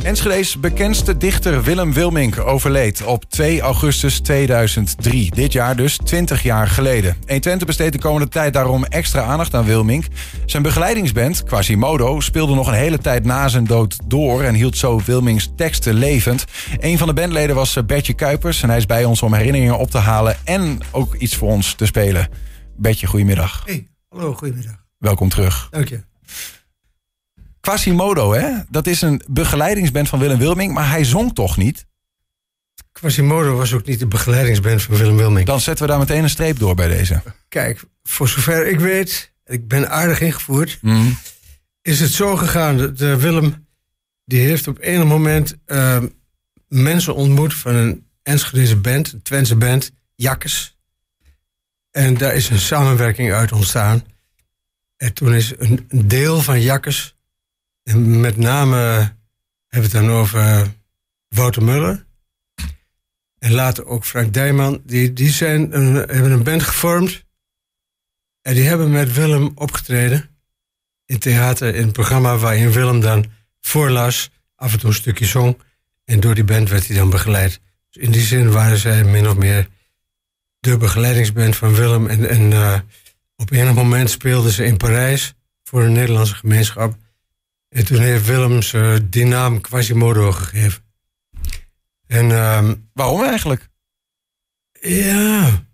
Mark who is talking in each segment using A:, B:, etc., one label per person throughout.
A: Enschede's bekendste dichter Willem Wilmink overleed op 2 augustus 2003. Dit jaar dus 20 jaar geleden. 120 besteedt de komende tijd daarom extra aandacht aan Wilmink. Zijn begeleidingsband, Quasimodo, speelde nog een hele tijd na zijn dood door en hield zo Wilminks teksten levend. Een van de bandleden was Bertje Kuipers en hij is bij ons om herinneringen op te halen en ook iets voor ons te spelen. Bertje, goedemiddag.
B: Hey, hallo, goedemiddag.
A: Welkom terug.
B: Dank je.
A: Quasimodo, hè? Dat is een begeleidingsband van Willem Wilmink, maar hij zong toch niet?
B: Quasimodo was ook niet de begeleidingsband van Willem Wilmink.
A: Dan zetten we daar meteen een streep door bij deze.
B: Kijk, voor zover ik weet, ik ben aardig ingevoerd, is het zo gegaan dat Willem, die heeft op enig moment mensen ontmoet van een Enschedese band, een Twentse band, Jakkes. En daar is een samenwerking uit ontstaan. En toen is een deel van Jakkes, en met name hebben we het dan over Wouter Muller en later ook Frank Dijman, die hebben een band gevormd en die hebben met Willem opgetreden in theater, in een programma waarin Willem dan voorlas, af en toe een stukje zong en door die band werd hij dan begeleid. Dus in die zin waren zij min of meer de begeleidingsband van Willem en op enig moment speelden ze in Parijs voor een Nederlandse gemeenschap. En toen heeft Willem ze die naam Quasimodo gegeven. En
A: waarom eigenlijk?
B: Ja.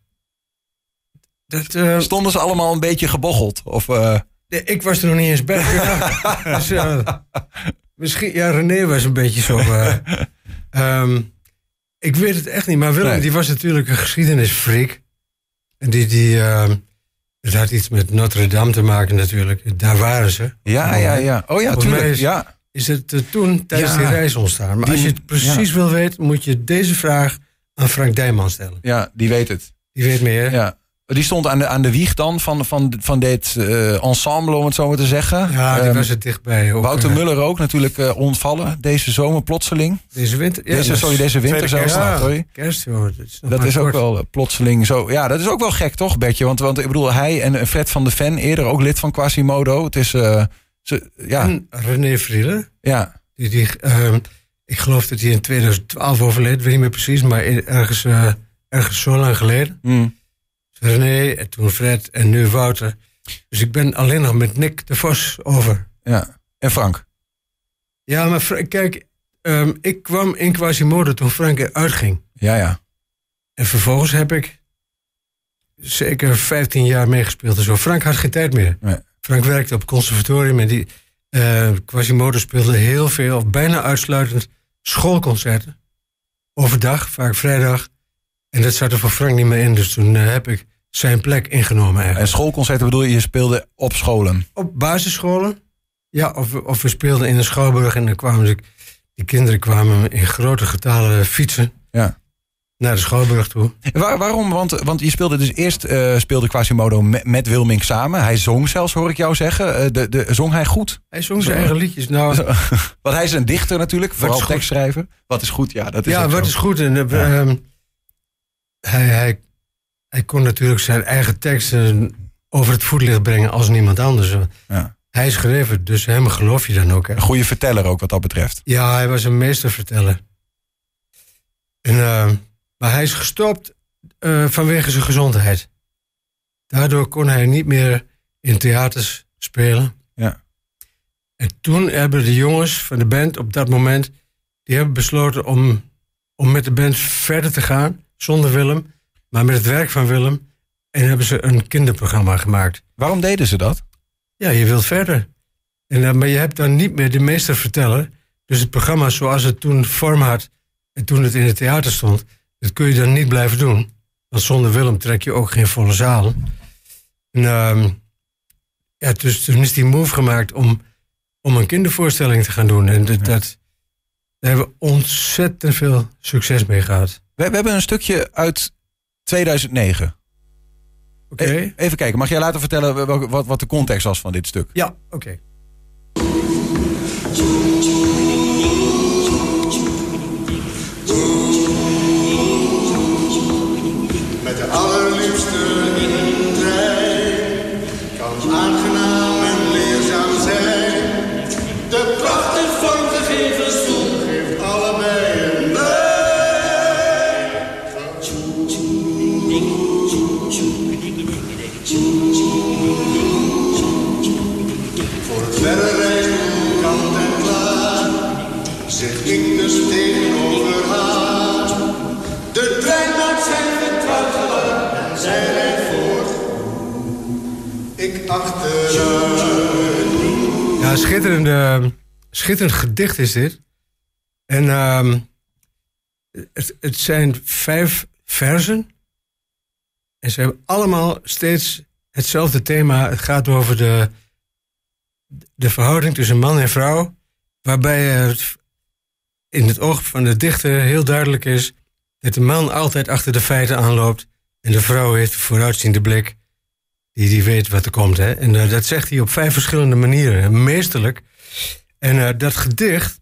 A: Stonden ze allemaal een beetje gebocheld? Of,
B: nee, ik was er nog niet eens bij. Dus, misschien, ja, René was een beetje zo. Ik weet het echt niet, maar Willem die was natuurlijk een geschiedenisfreak. En het had iets met Notre Dame te maken natuurlijk. Daar waren ze.
A: Ja. Oh ja, tuurlijk. Ja.
B: Is het toen tijdens die reis ontstaan. Maar als je het precies wil weten, moet je deze vraag aan Frank Dijman stellen.
A: Ja, die weet het.
B: Die weet meer.
A: Ja. Die stond aan de wieg dan van dit ensemble, om het zo maar te zeggen.
B: Ja, die was er dichtbij. Ook,
A: Wouter Muller ook natuurlijk ontvallen deze zomer plotseling.
B: Deze winter. Ja,
A: deze winter zelfs.
B: Kerst,
A: dat is ook wel plotseling zo. Ja, dat is ook wel gek toch, Bertje? Want ik bedoel, hij en Fred van de Ven, eerder ook lid van Quasimodo. Het is...
B: En René Vrielen.
A: Ja.
B: Ik geloof dat hij in 2012 overleed, weet niet meer precies, maar ergens zo lang geleden. René, en toen Fred en nu Wouter. Dus ik ben alleen nog met Nick de Vos over.
A: Ja, en Frank?
B: Ja, maar kijk, ik kwam in Quasimodo toen Frank eruit ging.
A: Ja.
B: En vervolgens heb ik zeker 15 jaar meegespeeld en zo. Frank had geen tijd meer.
A: Nee.
B: Frank werkte op het conservatorium en Quasimodo speelde heel veel, of bijna uitsluitend, schoolconcerten. Overdag, vaak vrijdag. En dat zat er voor Frank niet meer in, dus toen heb ik zijn plek ingenomen eigenlijk.
A: En schoolconcerten bedoel je speelde op scholen?
B: Op basisscholen. Ja, of we speelden in de Schouwburg en dan kwamen die kinderen kwamen in grote getalen fietsen. Ja. Naar de Schouwburg toe.
A: Waarom? Want je speelde dus eerst speelde Quasimodo met Wilmink samen. Hij zong zelfs, hoor ik jou zeggen. Zong hij goed?
B: Hij zong zijn eigen liedjes. Nou,
A: want hij is een dichter natuurlijk, vooral tekstschrijver. Wat is goed? Ja, dat is
B: wat is goed. En hij kon natuurlijk zijn eigen teksten over het voetlicht brengen als niemand anders. Ja. Hij schreef het, dus hem geloof je dan ook. Hè?
A: Een goede verteller ook wat dat betreft.
B: Ja, hij was een meesterverteller. Maar hij is gestopt vanwege zijn gezondheid. Daardoor kon hij niet meer in theaters spelen.
A: Ja.
B: En toen hebben de jongens van de band op dat moment, die hebben besloten om met de band verder te gaan, zonder Willem, maar met het werk van Willem. En hebben ze een kinderprogramma gemaakt.
A: Waarom deden ze dat?
B: Ja, je wilt verder. Maar je hebt dan niet meer de meesterverteller. Dus het programma zoals het toen vorm had en toen het in het theater stond, dat kun je dan niet blijven doen. Want zonder Willem trek je ook geen volle zaal. Dus toen is die move gemaakt om een kindervoorstelling te gaan doen. En daar hebben we ontzettend veel succes mee gehad.
A: We hebben een stukje uit 2009.
B: Oké.
A: Even kijken, mag jij laten vertellen wat de context was van dit stuk?
B: Ja, oké.
C: Met de allerliefste in een trein kan aangenaam en leerzaam zijn. De prachtig vormgegeven stoel zeg ik dus tegenover haar. De trein maakt zijn vertrouwd geluid en zij rijdt voort. Ik achteruit.
B: Ja, schitterend gedicht is dit. En het zijn 5 versen. En ze hebben allemaal steeds hetzelfde thema. Het gaat over de verhouding tussen man en vrouw. Waarbij het in het oog van de dichter heel duidelijk is dat de man altijd achter de feiten aanloopt. En de vrouw heeft een vooruitziende blik. Die weet wat er komt. Hè? En dat zegt hij op 5 verschillende manieren. Meesterlijk. En dat gedicht...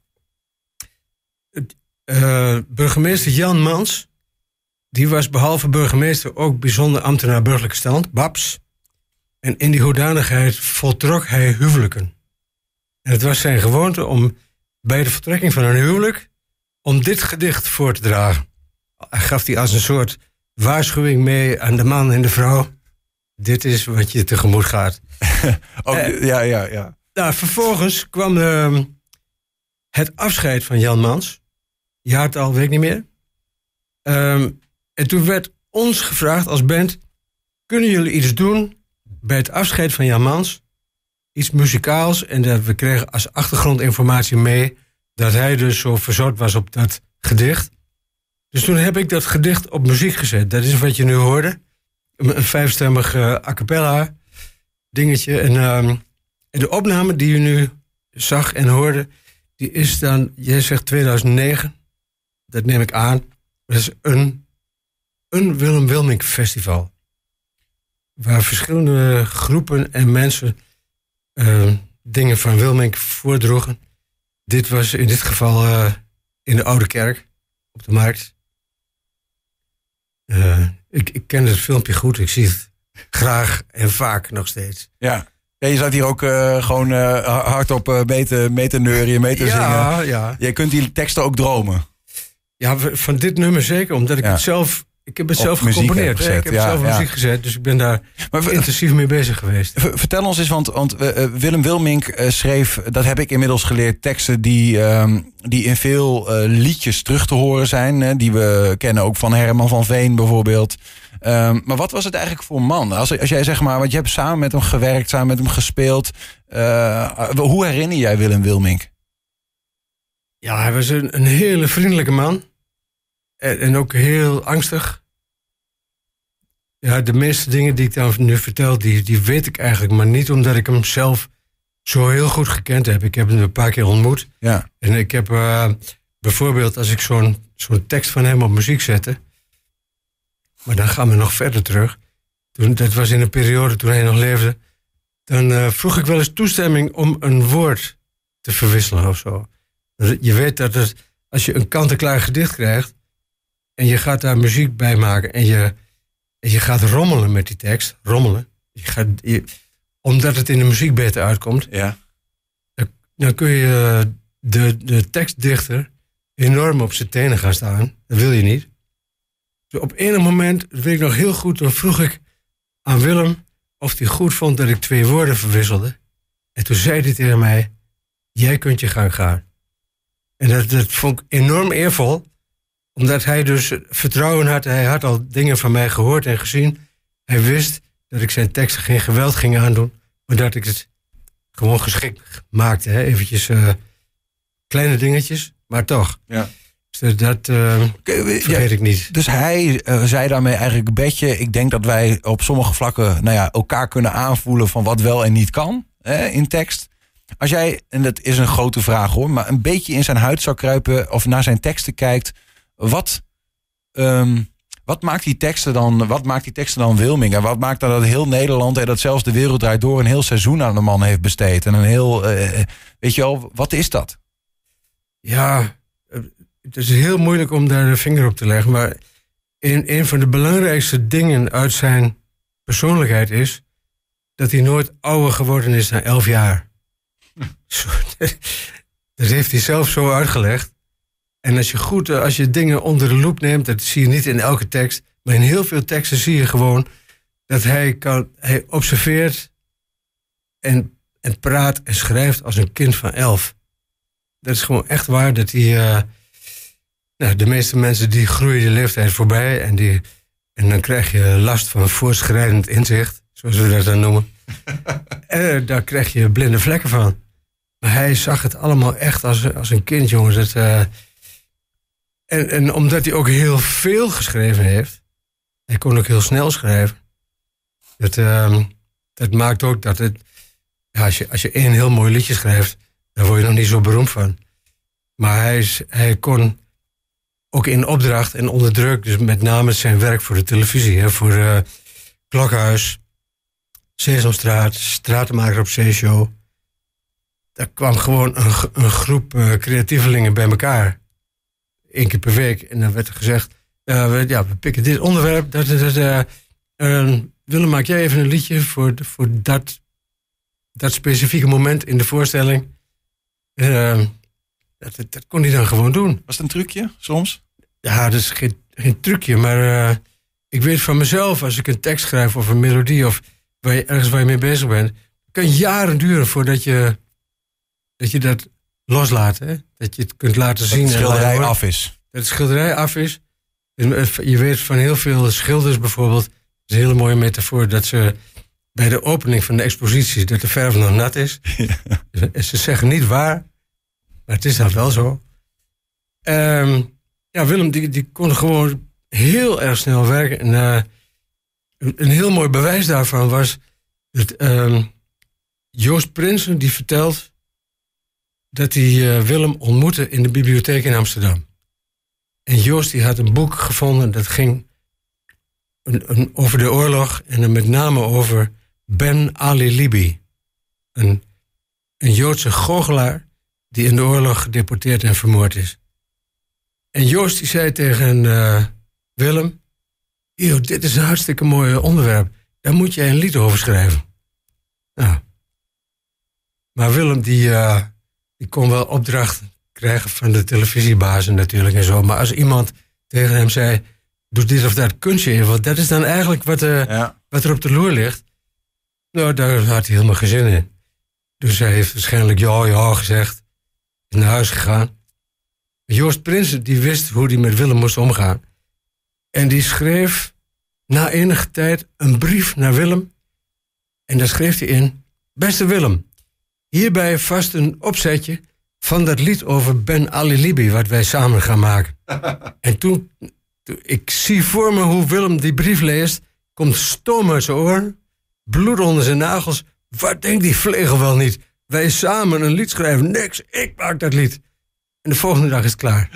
B: burgemeester Jan Mans... die was behalve burgemeester ook bijzonder ambtenaar burgerlijke stand, Babs. En in die hoedanigheid voltrok hij huwelijken. En het was zijn gewoonte om bij de voltrekking van een huwelijk... om dit gedicht voor te dragen. Hij gaf die als een soort waarschuwing mee aan de man en de vrouw. Dit is wat je tegemoet gaat.
A: Ja.
B: Nou, vervolgens kwam het afscheid van Jan Mans. Jaartal weet ik niet meer. En toen werd ons gevraagd als band... kunnen jullie iets doen bij het afscheid van Jan Mans? Iets muzikaals. En we kregen als achtergrondinformatie mee... dat hij dus zo verzot was op dat gedicht. Dus toen heb ik dat gedicht op muziek gezet. Dat is wat je nu hoorde. Een 5-stemmig a cappella dingetje. En de opname die je nu zag en hoorde... die is dan, jij zegt 2009... dat neem ik aan. Dat is een Willem Wilmink festival. Waar verschillende groepen en mensen dingen van Wilmink voordroegen. Dit was in dit geval in de Oude Kerk op de Markt. Ik ken het filmpje goed. Ik zie het graag en vaak nog steeds.
A: Ja. Ja, je zat hier ook gewoon hardop mee te neurien, mee te zingen.
B: Ja.
A: Jij kunt die teksten ook dromen.
B: Ja, van dit nummer zeker, omdat ik het zelf... Ik heb het zelf gecomponeerd. Ik heb het zelf op muziek gezet, dus ik ben daar intensief mee bezig geweest.
A: Vertel ons eens, want Willem Wilmink schreef, dat heb ik inmiddels geleerd, teksten die in veel liedjes terug te horen zijn. Die we kennen ook van Herman van Veen bijvoorbeeld. Maar wat was het eigenlijk voor man? Als jij zeg maar, want je hebt samen met hem gewerkt, samen met hem gespeeld. Hoe herinner jij Willem Wilmink?
B: Ja, hij was een hele vriendelijke man. En ook heel angstig. Ja, de meeste dingen die ik dan nu vertel, die weet ik eigenlijk maar niet, omdat ik hem zelf zo heel goed gekend heb. Ik heb hem een paar keer ontmoet.
A: Ja.
B: En ik heb bijvoorbeeld, als ik zo'n tekst van hem op muziek zette, maar dan gaan we nog verder terug. Dat was in een periode toen hij nog leefde. Dan vroeg ik wel eens toestemming om een woord te verwisselen of zo. Je weet dat als je een kant-en-klaar gedicht krijgt en je gaat daar muziek bij maken en je gaat rommelen met die tekst, omdat het in de muziek beter uitkomt,
A: ja.
B: Dan kun je de tekstdichter enorm op zijn tenen gaan staan. Dat wil je niet. Dus op enig moment, dat weet ik nog heel goed, dan vroeg ik aan Willem of hij goed vond dat ik 2 woorden verwisselde. En toen zei hij tegen mij, jij kunt je gang gaan. En dat vond ik enorm eervol, omdat hij dus vertrouwen had. Hij had al dingen van mij gehoord en gezien. Hij wist dat ik zijn teksten geen geweld ging aandoen, maar dat ik het gewoon geschikt maakte. Hè? Eventjes kleine dingetjes, maar toch.
A: Ja.
B: Dus dat vergeet ik niet.
A: Dus hij zei daarmee eigenlijk, Betje, ik denk dat wij op sommige vlakken elkaar kunnen aanvoelen van wat wel en niet kan in tekst. Als jij, en dat is een grote vraag hoor, maar een beetje in zijn huid zou kruipen of naar zijn teksten kijkt, wat maakt die teksten dan Wilmink? En wat maakt dat heel Nederland en dat zelfs de wereld draait door een heel seizoen aan de man heeft besteed? En een heel, weet je wel, wat is dat?
B: Ja, het is heel moeilijk om daar de vinger op te leggen, maar een van de belangrijkste dingen uit zijn persoonlijkheid is dat hij nooit ouder geworden is dan 11 jaar. Dat heeft hij zelf zo uitgelegd. En als je dingen onder de loep neemt, dat zie je niet in elke tekst, maar in heel veel teksten zie je gewoon dat hij observeert en praat en schrijft als een kind van 11. dat is gewoon echt waar. Dat de meeste mensen die groeien de leeftijd voorbij. En dan krijg je last van voortschrijdend inzicht. Zoals we dat dan noemen. En daar krijg je blinde vlekken van. Maar hij zag het allemaal echt als een kind, jongens. En omdat hij ook heel veel geschreven heeft. Hij kon ook heel snel schrijven. Dat maakt ook dat het... Ja, als je één heel mooi liedje schrijft, daar word je nog niet zo beroemd van. Maar hij kon ook in opdracht en onder druk, dus met name zijn werk voor de televisie, hè, voor Klokhuis, Sesamstraat, Stratenmaker op Zeeshow. Daar kwam gewoon een groep creatievelingen bij elkaar. 1 keer per week. En dan werd er gezegd, we pikken dit onderwerp. Willem, maak jij even een liedje voor dat specifieke moment in de voorstelling. Dat kon hij dan gewoon doen.
A: Was het een trucje soms?
B: Ja, dat is geen trucje, maar ik weet van mezelf, als ik een tekst schrijf of een melodie of ergens waar je mee bezig bent, kan jaren duren voordat je dat loslaat. Hè? Dat je het kunt laten zien.
A: Dat de schilderij af is.
B: Dat de schilderij af is. Je weet van heel veel schilders bijvoorbeeld, dat is een hele mooie metafoor, dat ze bij de opening van de expositie, dat de verf nog nat is. Ja. Ze zeggen niet waar, maar het is dat wel zo. Willem die kon gewoon heel erg snel werken. En een heel mooi bewijs daarvan was dat Joost Prinsen die vertelt dat hij Willem ontmoette in de bibliotheek in Amsterdam. En Joost die had een boek gevonden dat ging over de oorlog en dan met name over Ben Ali Libi. Een Joodse goochelaar die in de oorlog gedeporteerd en vermoord is. En Joost die zei tegen Willem, dit is een hartstikke mooi onderwerp. Daar moet jij een lied over schrijven. Nou. Maar Willem die kon wel opdracht krijgen van de televisiebazen natuurlijk en zo. Maar als iemand tegen hem zei, doe dit of dat kunstje even, want dat is dan eigenlijk wat er op de loer ligt. Nou, daar had hij helemaal geen zin in. Dus hij heeft waarschijnlijk ja gezegd. Is naar huis gegaan. Joost Prinsen die wist hoe hij met Willem moest omgaan. En die schreef na enige tijd een brief naar Willem. En daar schreef hij in: Beste Willem, hierbij vast een opzetje van dat lied over Ben Ali Libi, wat wij samen gaan maken. En toen, ik zie voor me hoe Willem die brief leest, komt stoom uit zijn oren, bloed onder zijn nagels. Wat denkt die vlegel wel niet? Wij samen een lied schrijven, niks, ik maak dat lied. En de volgende dag is het klaar.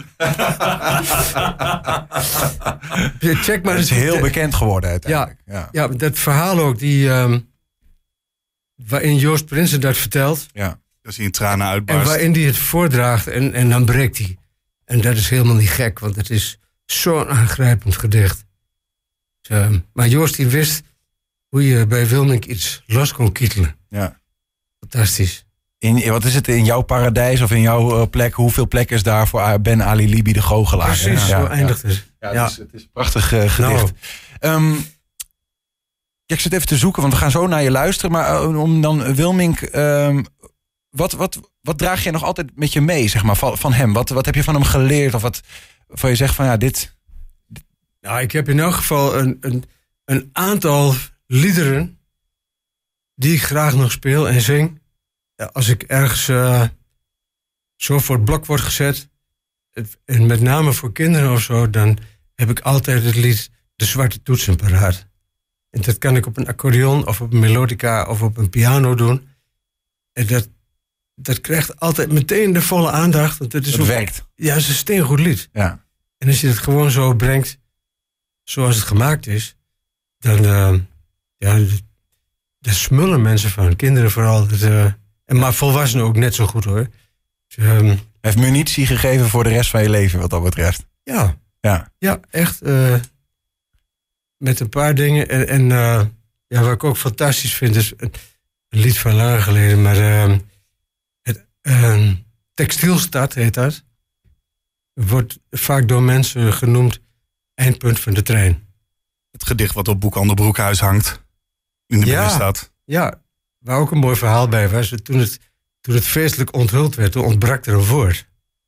B: Check maar.
A: Het is heel bekend geworden uiteindelijk.
B: Ja, dat verhaal ook, waarin Joost Prinsen dat vertelt.
D: Ja, dat hij in tranen uitbarst.
B: En waarin hij het voordraagt en dan breekt hij. En dat is helemaal niet gek, want het is zo'n aangrijpend gedicht. Maar Joost die wist hoe je bij Wilmink iets los kon kietelen.
A: Ja.
B: Fantastisch.
A: Wat is het in jouw paradijs of in jouw plek? Hoeveel plek is daar voor Ben Ali Libi de goochelaar?
B: Precies, zo eindigt het.
A: Ja, het is een prachtig gedicht. Nou. Ik zit even te zoeken, want we gaan zo naar je luisteren. Maar om dan Wilmink, wat draag je nog altijd met je mee, zeg maar, van hem? Wat heb je van hem geleerd? Of wat van je zegt van dit?
B: Nou, ik heb in elk geval een aantal liederen die ik graag nog speel en zing. Als ik ergens zo voor het blok word gezet, en met name voor kinderen of zo, dan heb ik altijd het lied De Zwarte Toetsen paraat. En dat kan ik op een accordeon of op een melodica of op een piano doen. En dat krijgt altijd meteen de volle aandacht. Want het
A: werkt.
B: Ja, het is een steengoed lied.
A: Ja.
B: En als je het gewoon zo brengt, zoals het gemaakt is, dan daar smullen mensen van. Kinderen vooral. Maar volwassenen ook net zo goed, hoor. Dus,
A: hij heeft munitie gegeven voor de rest van je leven, wat dat betreft.
B: Ja, echt. Met een paar dingen. En wat ik ook fantastisch vind, is een lied van lang geleden, maar Textielstad heet dat. Wordt vaak door mensen genoemd Eindpunt van de trein.
D: Het gedicht wat op Boekhandel Broekhuis hangt in de binnenstad.
B: Ja, waar ook een mooi verhaal bij was. Toen het toen het feestelijk onthuld werd, toen ontbrak er een woord.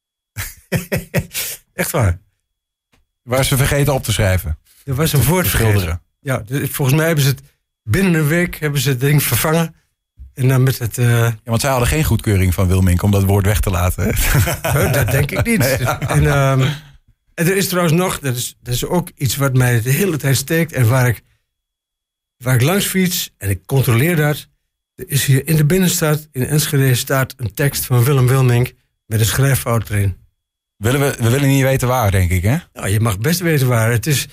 B: Echt waar.
A: Waar ze vergeten op te schrijven.
B: Er was een woord
A: schilderen.
B: Ja, volgens mij hebben ze het binnen een week het ding vervangen. En dan met het...
A: Ja, want zij hadden geen goedkeuring van Wilmink om dat woord weg te laten.
B: Dat denk ik niet. Nee, ja. En er is trouwens nog, dat is ook iets wat mij de hele tijd steekt en waar ik langs fiets en ik controleer dat. Er is hier in de binnenstad, in Enschede, staat een tekst van Willem Wilmink met een schrijffout erin.
A: We willen niet weten waar, denk ik, hè?
B: Nou, je mag best weten waar. Het is...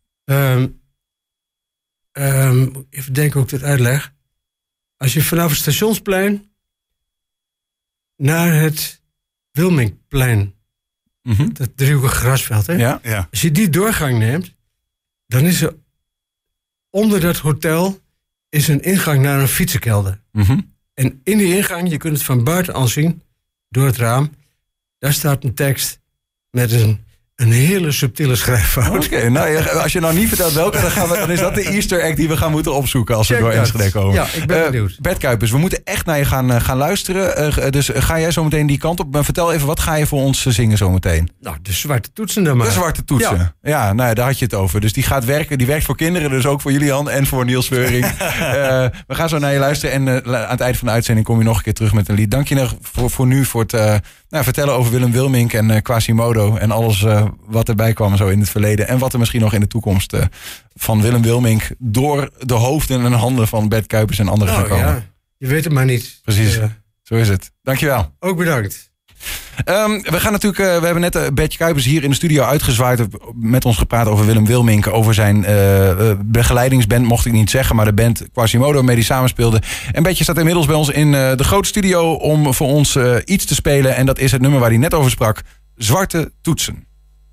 B: even denken hoe ik dit uitleg. Als je vanaf het Stationsplein naar het Wilminkplein, dat driehoekige grasveld, hè?
A: Ja.
B: Als je die doorgang neemt, dan is er onder dat hotel is een ingang naar een fietsenkelder. En in die ingang, je kunt het van buiten al zien, door het raam, daar staat een tekst met een hele subtiele schrijffout.
A: Oké, nou, als je nou niet vertelt welke, dan is dat de Easter egg die we gaan moeten opzoeken als we door Enschede komen.
B: Ja, ik ben benieuwd.
A: Bert Kuipers, we moeten echt naar je gaan luisteren. Dus ga jij zo meteen die kant op. Maar vertel even, wat ga je voor ons zingen zo meteen?
B: Nou, de zwarte toetsen dan maar.
A: De zwarte toetsen. Ja, nou ja, daar had je het over. Dus die gaat werken. Die werkt voor kinderen, dus ook voor Julian en voor Niels Veuring. We gaan zo naar je luisteren. En aan het eind van de uitzending kom je nog een keer terug met een lied. Dank je voor nu, voor het vertellen over Willem Wilmink en Quasimodo. En alles wat erbij kwam zo in het verleden. En wat er misschien nog in de toekomst van Willem Wilmink door de hoofden en handen van Bert Kuipers en anderen gaan komen. Ja,
B: je weet het maar niet.
A: Precies, zo is het. Dankjewel.
B: Ook bedankt.
A: We gaan natuurlijk, we hebben net Bert Kuipers hier in de studio uitgezwaaid, met ons gepraat over Willem Wilmink, over zijn begeleidingsband, mocht ik niet zeggen, maar de band Quasimodo waarmee hij samenspeelde. En Bertje staat inmiddels bij ons in de grote studio om voor ons iets te spelen. En dat is het nummer waar hij net over sprak, Zwarte Toetsen.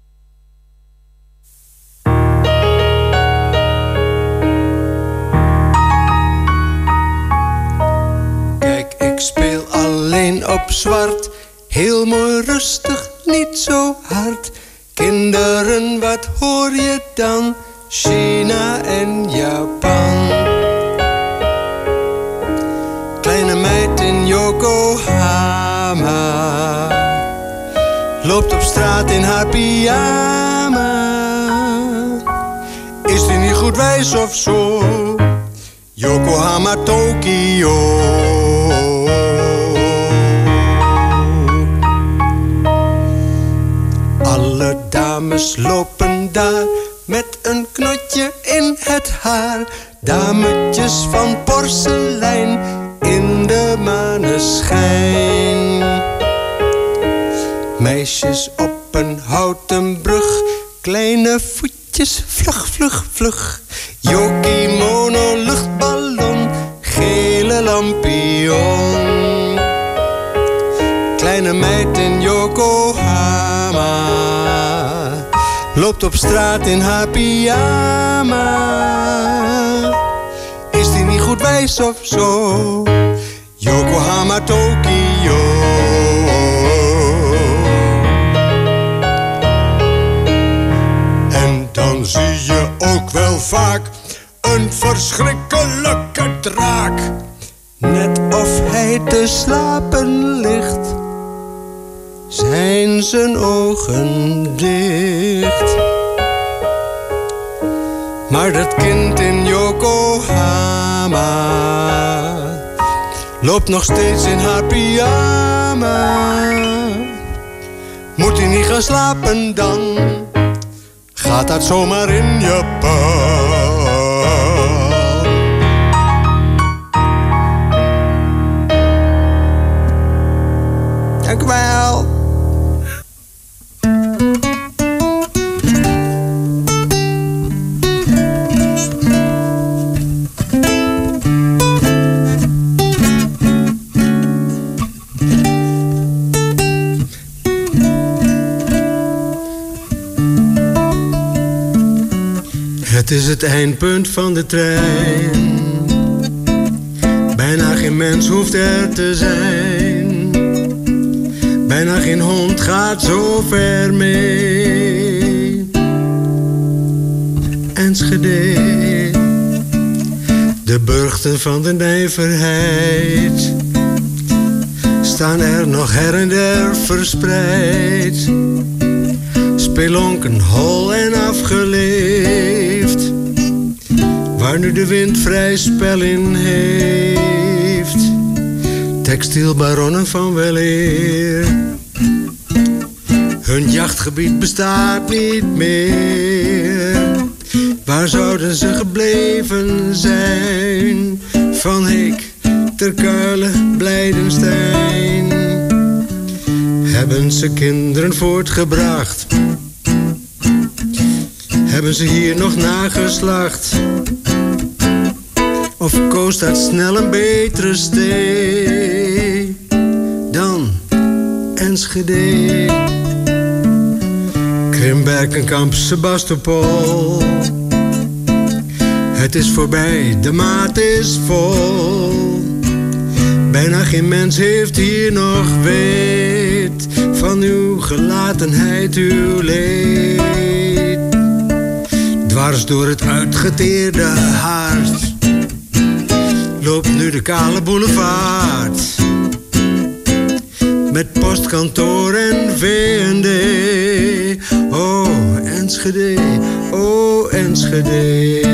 C: Kijk, ik speel alleen op zwart. Heel mooi rustig, niet zo hard. Kinderen, wat hoor je dan? China en Japan. Kleine meid in Yokohama loopt op straat in haar pyjama. Is die niet goed wijs of zo? Yokohama, Tokio. Alle dames lopen daar met een knotje in het haar. Dametjes van porselein in de maneschijn. Meisjes op een houten brug, kleine voetjes, vlug, vlug, vlug. Yokimono, luchtballon, gele lampion. Kleine meid in Yokohama loopt op straat in haar pyjama. Is die niet goed wijs of zo? Yokohama, Tokio. En dan zie je ook wel vaak een verschrikkelijke draak. Net of hij te slapen ligt, zijn zijn ogen dicht. Maar dat kind in Yokohama loopt nog steeds in haar pyjama. Moet hij niet gaan slapen dan? Gaat dat zomaar in Japan? Dank u wel. Het is het eindpunt van de trein. Bijna geen mens hoeft er te zijn. Bijna geen hond gaat zo ver mee. Enschede, de burchten van de nijverheid.
B: staan er nog her en der verspreid. Spelonken hol en afgeleefd, waar nu de wind vrij spel in heeft. Textielbaronnen van weleer, hun jachtgebied bestaat niet meer. Waar zouden ze gebleven zijn? Van Heek, Ter Kuilen, Blijdenstein. Hebben ze kinderen voortgebracht? Hebben ze hier nog nageslacht? Of koos dat snel een betere stee dan Enschede? Krimberkenkamp, Sebastopol. Het is voorbij, de maat is vol. Bijna geen mens heeft hier nog weet van uw gelatenheid, uw leed. Dwars door het uitgeteerde hart loopt nu de kale boulevard, met postkantoor en V&D. Oh, Enschede, oh, Enschede.